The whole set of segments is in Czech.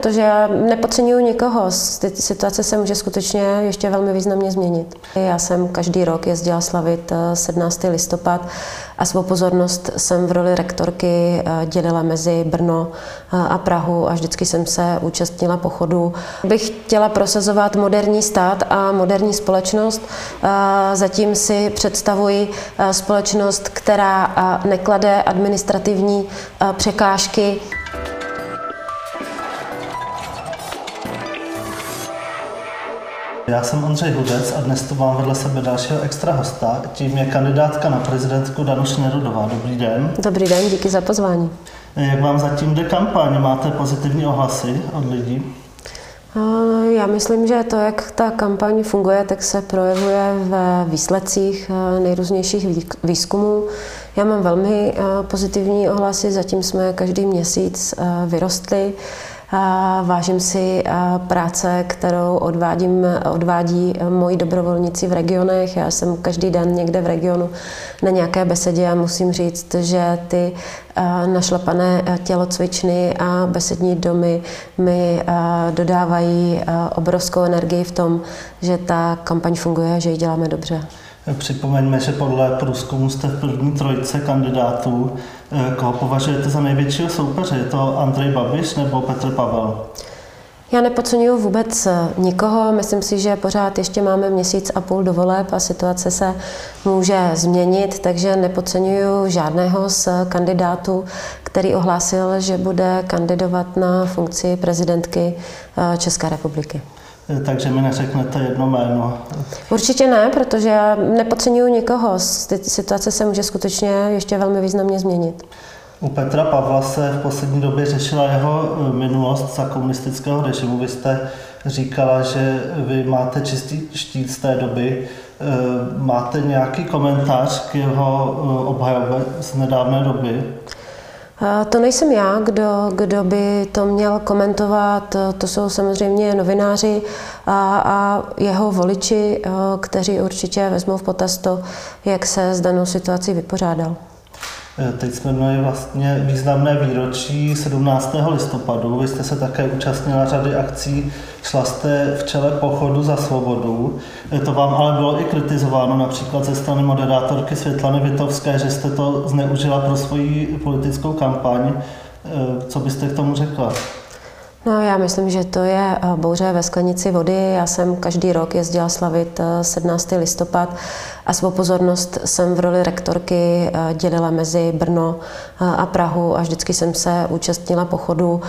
Protože já nepodceňuji nikoho, situace se může skutečně ještě velmi významně změnit. Já jsem každý rok jezdila slavit 17. listopad a svou pozornost jsem v roli rektorky dělila mezi Brno a Prahu a vždycky jsem se účastnila pochodu. Bych chtěla prosazovat moderní stát a moderní společnost. Zatím si představuji společnost, která neklade administrativní překážky. Já jsem Ondřej Hudec a dnes tu mám vedle sebe dalšího extra hosta. Tím je kandidátka na prezidentku Danuše Nerudová. Dobrý den. Dobrý den, díky za pozvání. Jak vám zatím jde kampaň? Máte pozitivní ohlasy od lidí? Já myslím, že to, jak ta kampaň funguje, tak se projevuje ve výsledcích nejrůznějších výzkumů. Já mám velmi pozitivní ohlasy, zatím jsme každý měsíc vyrostli. Vážím si práce, kterou odvádí moji dobrovolníci v regionech. Já jsem každý den někde v regionu na nějaké besedě a musím říct, že ty našlapané tělocvičny a besední domy mi dodávají obrovskou energii v tom, že ta kampaň funguje a že ji děláme dobře. Připomeňme, že podle průzkumu jste v první trojce kandidátů. Koho považujete za největšího soupeře? Je to Andrej Babiš nebo Petr Pavel? Já nepodceňuji vůbec nikoho. Myslím si, že pořád ještě máme měsíc a půl do voleb a situace se může změnit, takže nepodceňuji žádného z kandidátů, který ohlásil, že bude kandidovat na funkci prezidentky České republiky. Takže mi neřeknete jedno jméno? Určitě ne, protože já nepodceňuji nikoho. Situace se může skutečně ještě velmi významně změnit. U Petra Pavla se v poslední době řešila jeho minulost za komunistického režimu. Vy jste říkala, že vy máte čistý štít z té doby. Máte nějaký komentář k jeho obhajobě z nedávné doby? To nejsem já, kdo by to měl komentovat. To jsou samozřejmě novináři a jeho voliči, kteří určitě vezmou v potaz to, jak se s danou situací vypořádal. Teď jsme měli vlastně významné výročí 17. listopadu. Vy jste se také účastnila řady akcí, šla jste v čele pochodu za svobodu. To vám ale bylo i kritizováno například ze strany moderátorky Světlany Vitovské, že jste to zneužila pro svoji politickou kampaň. Co byste k tomu řekla? No, já myslím, že to je bouře ve sklenici vody. Já jsem každý rok jezdila slavit 17. listopad a svou pozornost jsem v roli rektorky dělila mezi Brno a Prahu a vždycky jsem se účastnila pochodu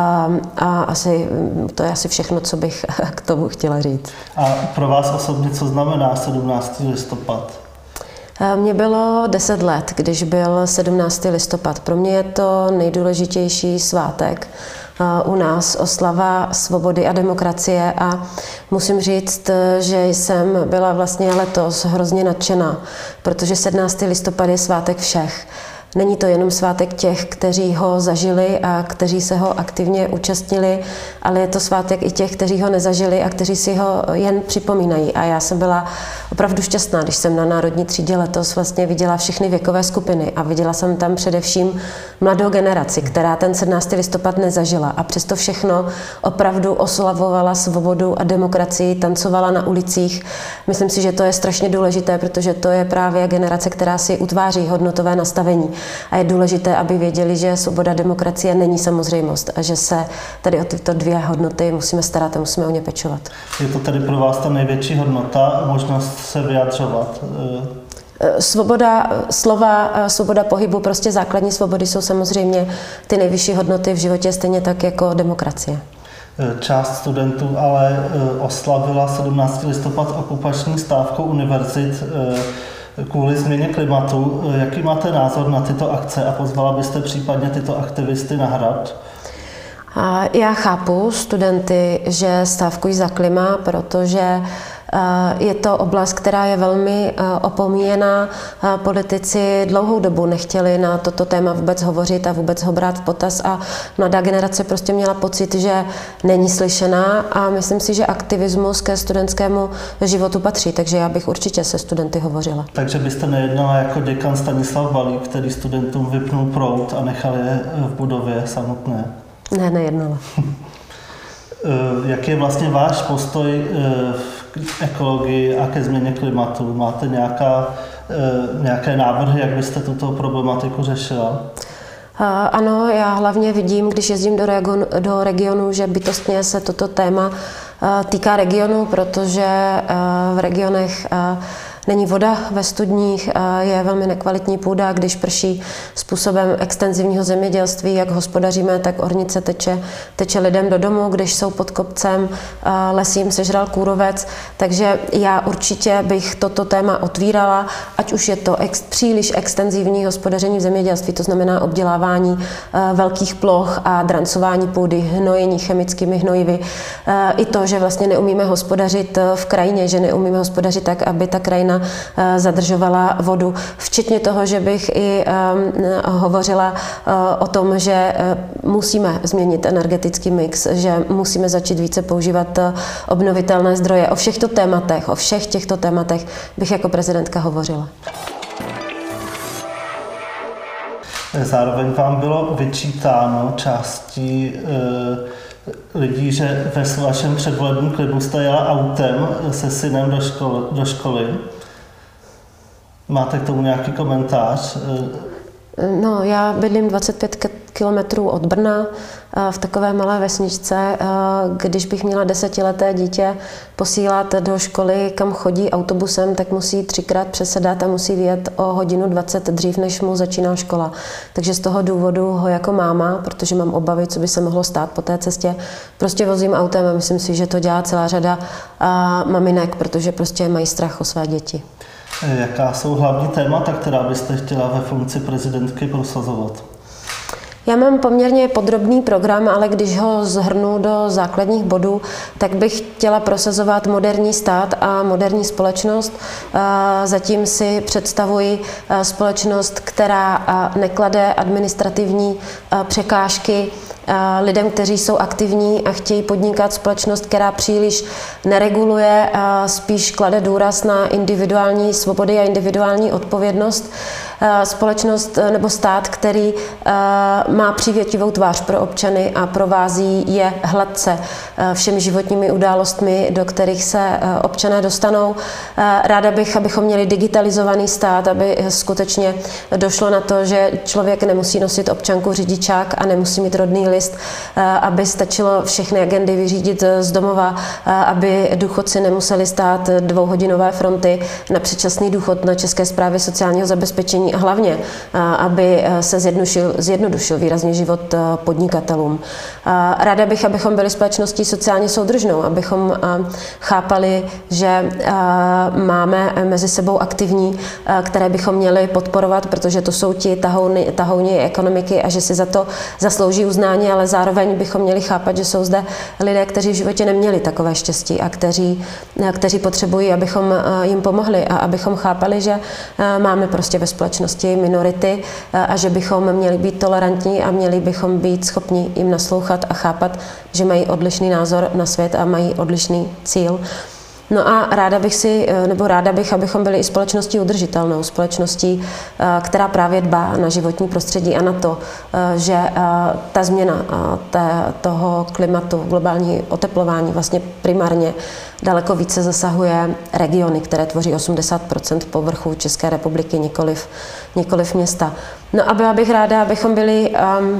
a to je asi všechno, co bych k tomu chtěla říct. A pro vás osobně, co znamená 17. listopad? Mně bylo 10 let, když byl 17. listopad. Pro mě je to nejdůležitější svátek. U nás oslava svobody a demokracie a musím říct, že jsem byla vlastně letos hrozně nadšená, protože 17. listopad je svátek všech. Není to jenom svátek těch, kteří ho zažili a kteří se ho aktivně účastnili, ale je to svátek i těch, kteří ho nezažili a kteří si ho jen připomínají. A já jsem byla opravdu šťastná, když jsem na Národní třídě letos vlastně viděla všechny věkové skupiny a viděla jsem tam především mladou generaci, která ten 17. listopad nezažila a přesto všechno opravdu oslavovala svobodu a demokracii, tancovala na ulicích. Myslím si, že to je strašně důležité, protože to je právě generace, která si utváří hodnotové nastavení. A je důležité, aby věděli, že svoboda demokracie není samozřejmost a že se tady o tyto dvě hodnoty musíme starat a musíme o ně pečovat. Je to tedy pro vás ta největší hodnota, možnost se vyjadřovat? Svoboda slova, svoboda pohybu, prostě základní svobody jsou samozřejmě ty nejvyšší hodnoty v životě, stejně tak jako demokracie. Část studentů ale oslavila 17. listopad okupační stávkou univerzit kvůli změně klimatu. Jaký máte názor na tyto akce a pozvala byste případně tyto aktivisty na hrad? Já chápu studenty, že stávkují za klima, protože je to oblast, která je velmi opomíjená. Politici dlouhou dobu nechtěli na toto téma vůbec hovořit a vůbec ho brát v potaz a mladá generace prostě měla pocit, že není slyšená a myslím si, že aktivismus ke studentskému životu patří, takže já bych určitě se studenty hovořila. Takže byste nejednala jako děkan Stanislav Balík, který studentům vypnul proud a nechal je v budově samotné? Ne, nejednala. jaký je vlastně váš postoj k ekologii a ke změně klimatu? Máte nějaké návrhy, jak byste tuto problematiku řešila? Ano, já hlavně vidím, když jezdím do regionu, že bytostně se toto téma týká regionu, protože v regionech není voda ve studních, je velmi nekvalitní půda, když prší způsobem extenzivního zemědělství, jak hospodaříme, tak ornice teče lidem do domu, když jsou pod kopcem, les jim sežral kůrovec, takže já určitě bych toto téma otvírala, ať už je to příliš extenzivní hospodaření v zemědělství, to znamená obdělávání velkých ploch a drancování půdy, hnojení chemickými hnojivy, i to, že vlastně neumíme hospodařit v krajině, že neumíme hospodařit tak, aby ta krajina zadržovala vodu. Včetně toho, že bych i hovořila o tom, že musíme změnit energetický mix, že musíme začít více používat obnovitelné zdroje. O všech těchto tématech bych jako prezidentka hovořila. Zároveň vám bylo vyčítáno částí lidí, že ve vašem předvolebním klibu jste jela autem se synem do školy. Máte k tomu nějaký komentář? No, já bydlím 25 kilometrů od Brna v takové malé vesničce. Když bych měla 10leté dítě posílat do školy, kam chodí autobusem, tak musí 3krát přesedat a musí vyjet o 1:20 dřív, než mu začíná škola. Takže z toho důvodu ho jako máma, protože mám obavy, co by se mohlo stát po té cestě, prostě vozím autem a myslím si, že to dělá celá řada maminek, protože prostě mají strach o své děti. Jaká jsou hlavní témata, která byste chtěla ve funkci prezidentky prosazovat? Já mám poměrně podrobný program, ale když ho shrnu do základních bodů, tak bych chtěla prosazovat moderní stát a moderní společnost. Zatím si představuji společnost, která neklade administrativní překážky lidem, kteří jsou aktivní a chtějí podnikat, společnost, která příliš nereguluje, spíš klade důraz na individuální svobody a individuální odpovědnost. Společnost nebo stát, který má přívětivou tvář pro občany a provází je hladce všemi životními událostmi, do kterých se občané dostanou. Ráda bych, abychom měli digitalizovaný stát, aby skutečně došlo na to, že člověk nemusí nosit občanku, řidičák a nemusí mít rodný list, aby stačilo všechny agendy vyřídit z domova, aby důchodci nemuseli stát 2hodinové fronty na předčasný důchod na České správě sociálního zabezpečení a hlavně, aby se zjednodušil výrazně život podnikatelům. Ráda bych, abychom byli společností sociálně soudržnou, abychom chápali, že máme mezi sebou aktivní, které bychom měli podporovat, protože to jsou ti tahouni ekonomiky a že si za to zaslouží uznání, ale zároveň bychom měli chápat, že jsou zde lidé, kteří v životě neměli takové štěstí a kteří potřebují, abychom jim pomohli a abychom chápali, že máme prostě ve společnosti minority a že bychom měli být tolerantní a měli bychom být schopni jim naslouchat a chápat, že mají odlišný názor na svět a mají odlišný cíl. No a ráda bych, abychom byli i společností udržitelnou, společností, která právě dbá na životní prostředí a na to, že ta změna toho klimatu, globální oteplování vlastně primárně daleko více zasahuje regiony, které tvoří 80% povrchu České republiky, nikoliv města. No a byla bych ráda, abychom byli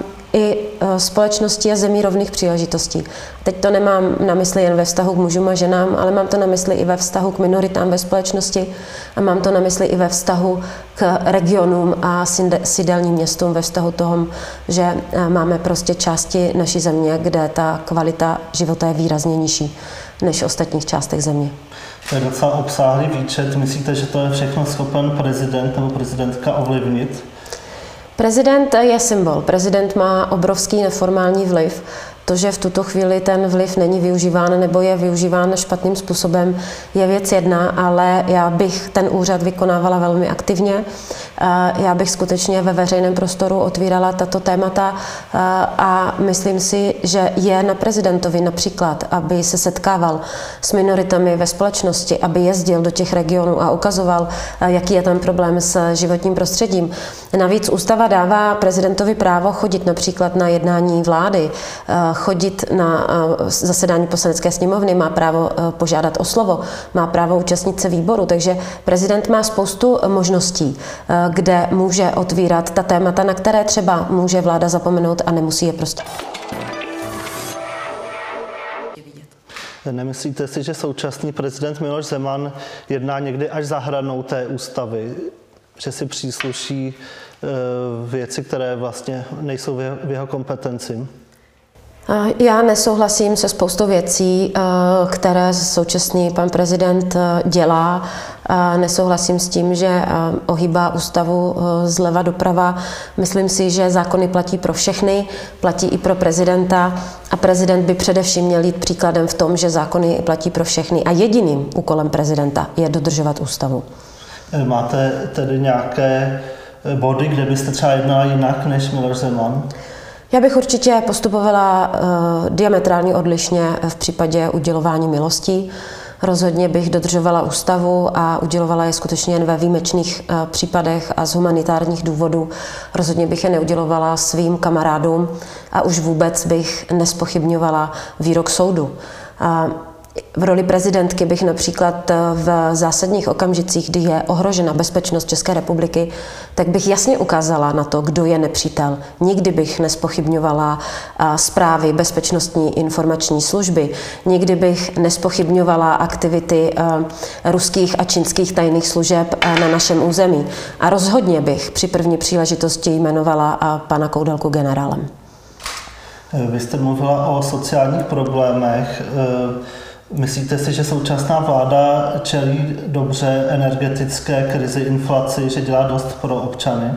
i společnosti a zemí rovných příležitostí. Teď to nemám na mysli jen ve vztahu k mužům a ženám, ale mám to na mysli i ve vztahu k minoritám ve společnosti a mám to na mysli i ve vztahu k regionům a sídelním městům, ve vztahu toho, že máme prostě části naší země, kde ta kvalita života je výrazně nižší než v ostatních částech země. To je docela obsáhlý výčet. Myslíte, že to je všechno schopen prezident nebo prezidentka ovlivnit? Prezident je symbol. Prezident má obrovský neformální vliv. To, že v tuto chvíli ten vliv není využíván nebo je využíván špatným způsobem, je věc jedna, ale já bych ten úřad vykonávala velmi aktivně. Já bych skutečně ve veřejném prostoru otvírala tato témata a myslím si, že je na prezidentovi například, aby se setkával s minoritami ve společnosti, aby jezdil do těch regionů a ukazoval, jaký je tam problém s životním prostředím. Navíc ústava dává prezidentovi právo chodit například na jednání vlády, chodit na zasedání poslanecké sněmovny, má právo požádat o slovo, má právo účastnit se výboru, takže prezident má spoustu možností, kde může otvírat ta témata, na které třeba může vláda zapomenout a nemusí je prostě. Nemyslíte si, že současný prezident Miloš Zeman jedná někdy až za hranou té ústavy, že si přísluší věci, které vlastně nejsou v jeho kompetenci? Já nesouhlasím se spoustou věcí, které současný pan prezident dělá. Nesouhlasím s tím, že ohýbá ústavu zleva doprava. Myslím si, že zákony platí pro všechny, platí i pro prezidenta a prezident by především měl jít příkladem v tom, že zákony platí pro všechny a jediným úkolem prezidenta je dodržovat ústavu. Máte tedy nějaké body, kde byste třeba jednala jinak než Miloš Zeman? Já bych určitě postupovala diametrálně odlišně v případě udělování milostí. Rozhodně bych dodržovala ústavu a udělovala je skutečně jen ve výjimečných případech a z humanitárních důvodů. Rozhodně bych je neudělovala svým kamarádům a už vůbec bych nespochybňovala výrok soudu. V roli prezidentky bych například v zásadních okamžicích, kdy je ohrožena bezpečnost České republiky, tak bych jasně ukázala na to, kdo je nepřítel. Nikdy bych nespochybňovala zprávy Bezpečnostní informační služby, nikdy bych nespochybňovala aktivity ruských a čínských tajných služeb na našem území. A rozhodně bych při první příležitosti jmenovala pana Koudelku generálem. Vy jste mluvila o sociálních problémech. Myslíte si, že současná vláda čelí dobře energetické krizi, inflaci, že dělá dost pro občany?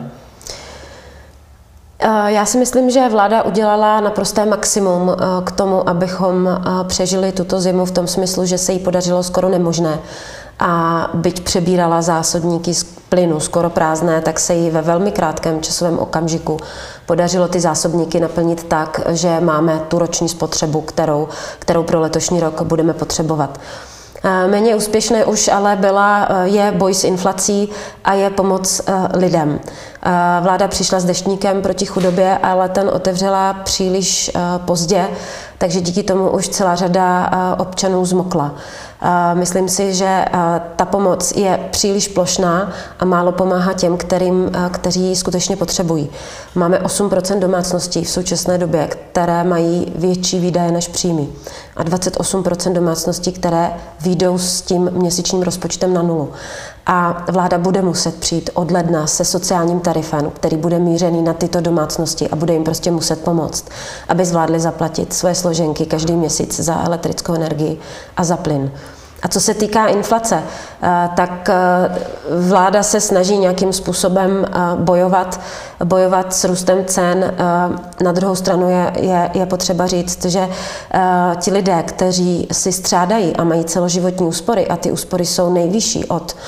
Já si myslím, že vláda udělala naprosté maximum k tomu, abychom přežili tuto zimu v tom smyslu, že se jí podařilo skoro nemožné. A byť přebírala zásobníky z plynu skoro prázdné, tak se jí ve velmi krátkém časovém okamžiku podařilo ty zásobníky naplnit tak, že máme tu roční spotřebu, kterou pro letošní rok budeme potřebovat. Méně úspěšné už ale je boj s inflací a je pomoc lidem. Vláda přišla s deštníkem proti chudobě, ale ten otevřela příliš pozdě, takže díky tomu už celá řada občanů zmokla. Myslím si, že ta pomoc je příliš plošná a málo pomáhá těm, kteří ji skutečně potřebují. Máme 8% domácností v současné době, které mají větší výdaje než příjmy. A 28% domácností, které vyjdou s tím měsíčním rozpočtem na nulu. A vláda bude muset přijít od ledna se sociálním tarifem, který bude mířený na tyto domácnosti a bude jim prostě muset pomoct, aby zvládli zaplatit svoje složenky každý měsíc za elektrickou energii a za plyn. A co se týká inflace, tak vláda se snaží nějakým způsobem bojovat s růstem cen. Na druhou stranu je potřeba říct, že ti lidé, kteří si střádají a mají celoživotní úspory, a ty úspory jsou nejvyšší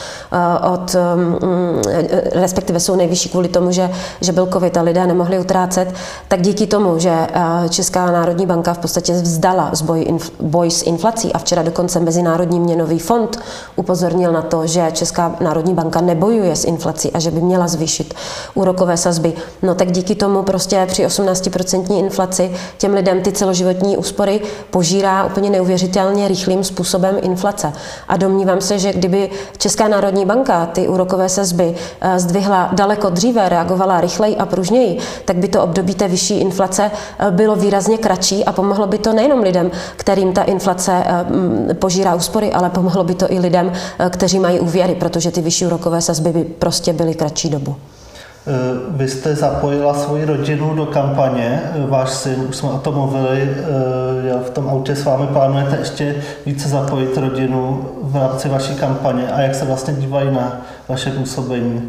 respektive jsou nejvyšší kvůli tomu, že byl covid a lidé nemohli utrácet, tak díky tomu, že Česká národní banka v podstatě vzdala boj s inflací a včera dokonce Mezinárodní měnový fond upozornil na to, že Česká národní banka nebojuje s inflací a že by měla zvýšit úrokové sazby. No tak díky tomu prostě při 18% inflaci těm lidem ty celoživotní úspory požírá úplně neuvěřitelně rychlým způsobem inflace. A domnívám se, že kdyby Česká národní banka ty úrokové sazby zdvihla daleko dříve, reagovala rychleji a pružněji, tak by to období té vyšší inflace bylo výrazně kratší a pomohlo by to nejenom lidem, kterým ta inflace požírá úspory, ale pomohlo by to i lidem, kteří mají úvěry, protože ty vyšší úrokové sazby by prostě byly kratší dobu. Vy jste zapojila svoji rodinu do kampaně, váš syn, už jsme o tom mluvili, jel v tom autě s vámi, plánujete ještě více zapojit rodinu v rámci vaší kampaně a jak se vlastně dívají na vaše působení?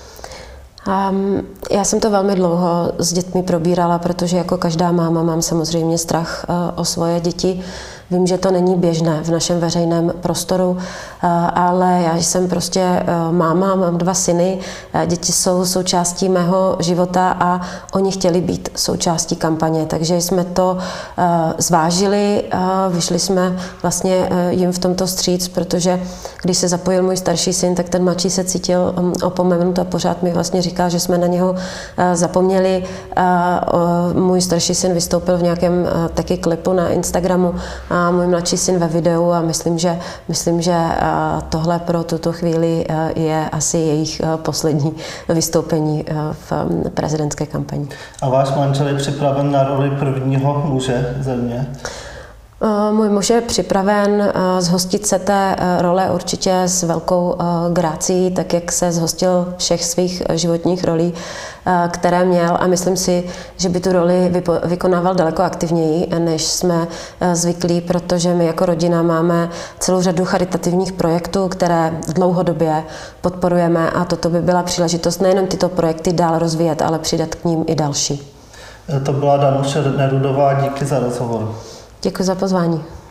Já jsem to velmi dlouho s dětmi probírala, protože jako každá máma mám samozřejmě strach o svoje děti. Vím, že to není běžné v našem veřejném prostoru, ale já jsem prostě máma, mám 2 syny, děti jsou součástí mého života a oni chtěli být součástí kampaně, takže jsme to zvážili, vyšli jsme vlastně jim v tomto vstříc, protože když se zapojil můj starší syn, tak ten mladší se cítil opomenut a pořád mi vlastně říkal, že jsme na něho zapomněli. Můj starší syn vystoupil v nějakém taky klipu na Instagramu a můj mladší syn ve videu a myslím, že tohle pro tuto chvíli je asi jejich poslední vystoupení v prezidentské kampani. A váš manžel je připraven na roli prvního muže země? Můj muž je připraven zhostit se té role určitě s velkou grácií, tak jak se zhostil všech svých životních rolí, které měl, a myslím si, že by tu roli vykonával daleko aktivněji, než jsme zvyklí, protože my jako rodina máme celou řadu charitativních projektů, které dlouhodobě podporujeme, a toto by byla příležitost nejenom tyto projekty dál rozvíjet, ale přidat k ním i další. To byla Danuše Nerudová, díky za rozhovor. Děkuji za pozvání.